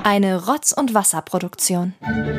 Eine Rotz- und Wasserproduktion.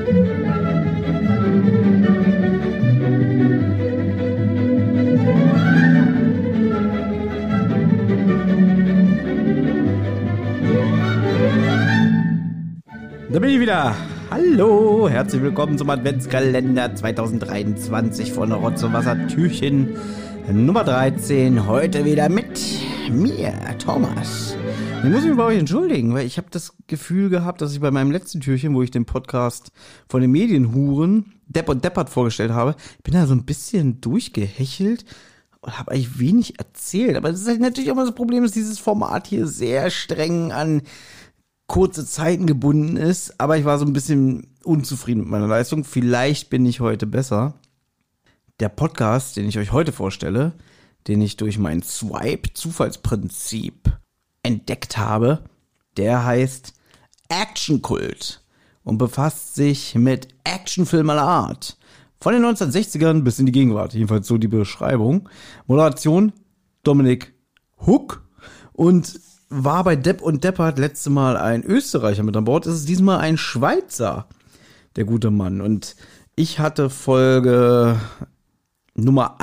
Da bin ich wieder. Hallo, herzlich willkommen zum Adventskalender 2023 von Rotz und Wasser Türchen Nummer 13. Heute wieder mit mir, Thomas. Ich muss mich bei euch entschuldigen, weil ich habe das Gefühl gehabt, dass ich bei meinem letzten Türchen, wo ich den Podcast von den Medienhuren Depp und Deppert vorgestellt habe, bin da so ein bisschen durchgehechelt und habe eigentlich wenig erzählt. Aber das ist halt natürlich auch mal das Problem, dass dieses Format hier sehr streng an kurze Zeiten gebunden ist, aber ich war so ein bisschen unzufrieden mit meiner Leistung. Vielleicht bin ich heute besser. Der Podcast, den ich euch heute vorstelle, den ich durch mein Swipe-Zufallsprinzip entdeckt habe, der heißt Action Kult und befasst sich mit Actionfilmen aller Art. Von den 1960ern bis in die Gegenwart, jedenfalls so die Beschreibung. Moderation Dominik Huck und war bei Depp und Deppert letzte Mal ein Österreicher mit an Bord, ist es diesmal ein Schweizer, der gute Mann. Und ich hatte Folge Nummer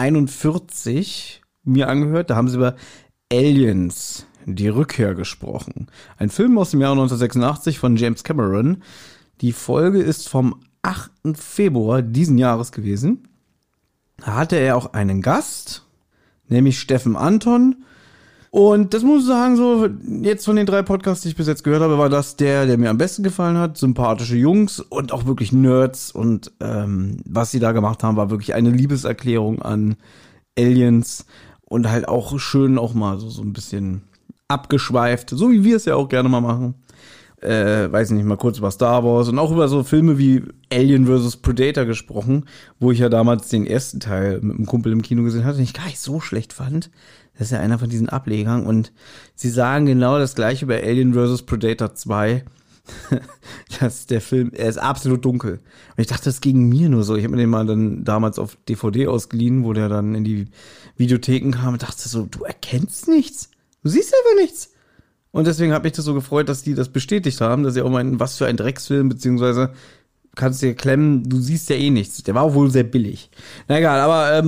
41 mir angehört, da haben sie über Aliens, die Rückkehr gesprochen. Ein Film aus dem Jahr 1986 von James Cameron. Die Folge ist vom 8. Februar diesen Jahres gewesen. Da hatte er auch einen Gast, nämlich Steffen Anton. Und das muss ich sagen, so jetzt von den 3 Podcasts, die ich bis jetzt gehört habe, war das der mir am besten gefallen hat. Sympathische Jungs und auch wirklich Nerds. Und was sie da gemacht haben, war wirklich eine Liebeserklärung an Aliens. Und halt auch schön auch mal so ein bisschen abgeschweift, so wie wir es ja auch gerne mal machen. Weiß nicht, mal kurz über Star Wars und auch über so Filme wie Alien vs. Predator gesprochen, wo ich ja damals den ersten Teil mit einem Kumpel im Kino gesehen hatte, den ich gar nicht so schlecht fand. Das ist ja einer von diesen Ablegern und sie sagen genau das gleiche über Alien vs. Predator 2. Dass der Film, er ist absolut dunkel. Und ich dachte, das ging mir nur so. Ich habe mir den mal dann damals auf DVD ausgeliehen, wo der dann in die Videotheken kam und dachte so, du erkennst nichts. Du siehst einfach nichts. Und deswegen hat mich das so gefreut, dass die das bestätigt haben, dass sie auch meinen, was für ein Drecksfilm, beziehungsweise kannst dir klemmen, du siehst ja eh nichts. Der war auch wohl sehr billig. Na egal, aber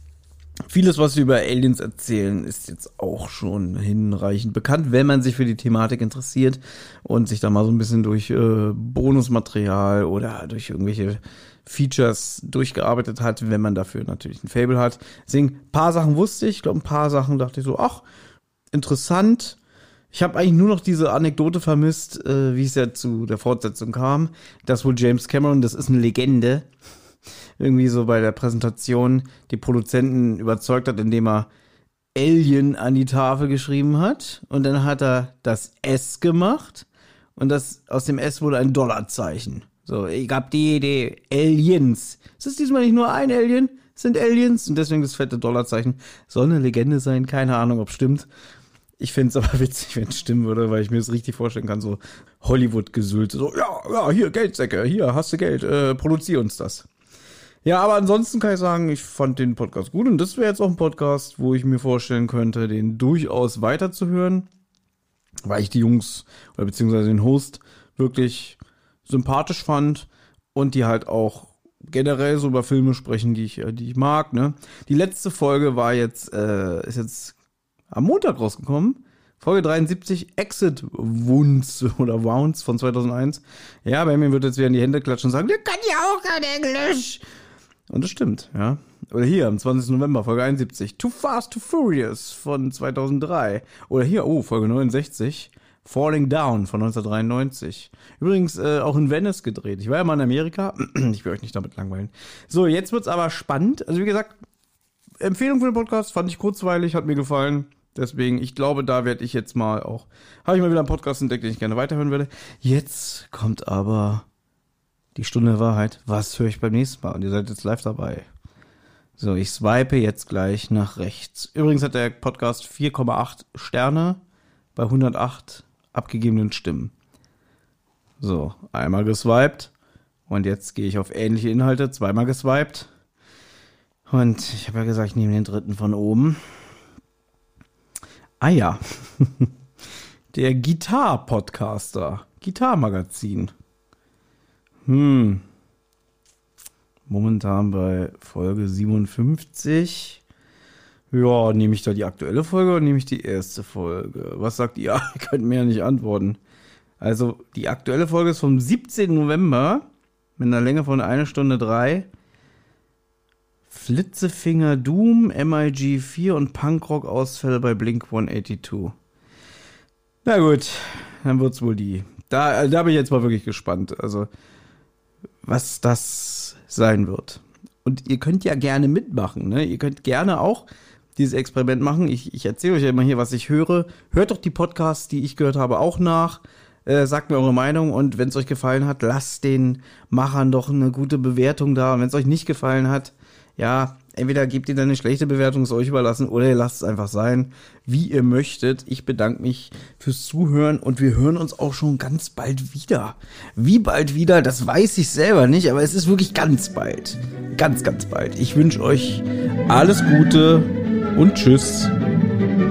vieles, was wir über Aliens erzählen, ist jetzt auch schon hinreichend bekannt, wenn man sich für die Thematik interessiert und sich da mal so ein bisschen durch Bonusmaterial oder durch irgendwelche Features durchgearbeitet hat, wenn man dafür natürlich ein Faible hat. Deswegen, ein paar Sachen wusste ich, glaube ein paar Sachen dachte ich so, ach, interessant. Ich habe eigentlich nur noch diese Anekdote vermisst, wie es ja zu der Fortsetzung kam, dass wohl James Cameron, das ist eine Legende, irgendwie so bei der Präsentation die Produzenten überzeugt hat, indem er Alien an die Tafel geschrieben hat und dann hat er das S gemacht und das aus dem S wurde ein Dollarzeichen. So, ich hab die Idee, Aliens. Es ist diesmal nicht nur ein Alien, es sind Aliens und deswegen das fette Dollarzeichen. Soll eine Legende sein, keine Ahnung, ob es stimmt. Ich find's aber witzig, wenn es stimmen würde, weil ich mir das richtig vorstellen kann, so Hollywood-Gesülze, so, ja, hier, Geldsäcke, hier, hast du Geld, produzier uns das. Ja, aber ansonsten kann ich sagen, ich fand den Podcast gut und das wäre jetzt auch ein Podcast, wo ich mir vorstellen könnte, den durchaus weiterzuhören, weil ich die Jungs oder beziehungsweise den Host wirklich sympathisch fand und die halt auch generell so über Filme sprechen, die ich mag, ne. Die letzte Folge war jetzt, ist jetzt am Montag rausgekommen. Folge 73, Exit Wounds oder Wounds von 2001. Ja, bei mir wird jetzt wieder in die Hände klatschen und sagen, der kann ja auch kein Englisch. Und das stimmt, ja. Oder hier, am 20. November, Folge 71, Too Fast, Too Furious von 2003. Oder hier, Folge 69, Falling Down von 1993. Übrigens auch in Venice gedreht. Ich war ja mal in Amerika. Ich will euch nicht damit langweilen. So, jetzt wird's aber spannend. Also wie gesagt, Empfehlung für den Podcast, fand ich kurzweilig, hat mir gefallen. Deswegen, ich glaube, da werde ich jetzt mal auch, habe ich mal wieder einen Podcast entdeckt, den ich gerne weiterhören würde. Jetzt kommt aber die Stunde der Wahrheit. Was höre ich beim nächsten Mal? Und ihr seid jetzt live dabei. So, ich swipe jetzt gleich nach rechts. Übrigens hat der Podcast 4,8 Sterne bei 108 abgegebenen Stimmen. So, einmal geswiped. Und jetzt gehe ich auf ähnliche Inhalte, zweimal geswiped. Und ich habe ja gesagt, ich nehme den dritten von oben. Ah ja, der Gitar-Podcaster Gitarrenmagazin. Momentan bei Folge 57. Ja, nehme ich da die aktuelle Folge oder nehme ich die erste Folge? Was sagt ihr? Ihr könnt mir ja nicht antworten. Also, die aktuelle Folge ist vom 17. November mit einer Länge von 1 Stunde 3. Flitzefinger Doom, MIG4 und Punkrock-Ausfälle bei Blink-182. Na gut, dann wird's wohl die. Da bin ich jetzt mal wirklich gespannt, also was das sein wird. Und ihr könnt ja gerne mitmachen, ne? Ihr könnt gerne auch dieses Experiment machen. Ich erzähle euch ja immer hier, was ich höre. Hört doch die Podcasts, die ich gehört habe, auch nach. Sagt mir eure Meinung und wenn es euch gefallen hat, lasst den Machern doch eine gute Bewertung da. Und wenn es euch nicht gefallen hat, ja, entweder gebt ihr dann eine schlechte Bewertung, ist euch überlassen, oder ihr lasst es einfach sein, wie ihr möchtet. Ich bedanke mich fürs Zuhören und wir hören uns auch schon ganz bald wieder. Wie bald wieder, das weiß ich selber nicht, aber es ist wirklich ganz bald. Ganz, ganz bald. Ich wünsche euch alles Gute und tschüss.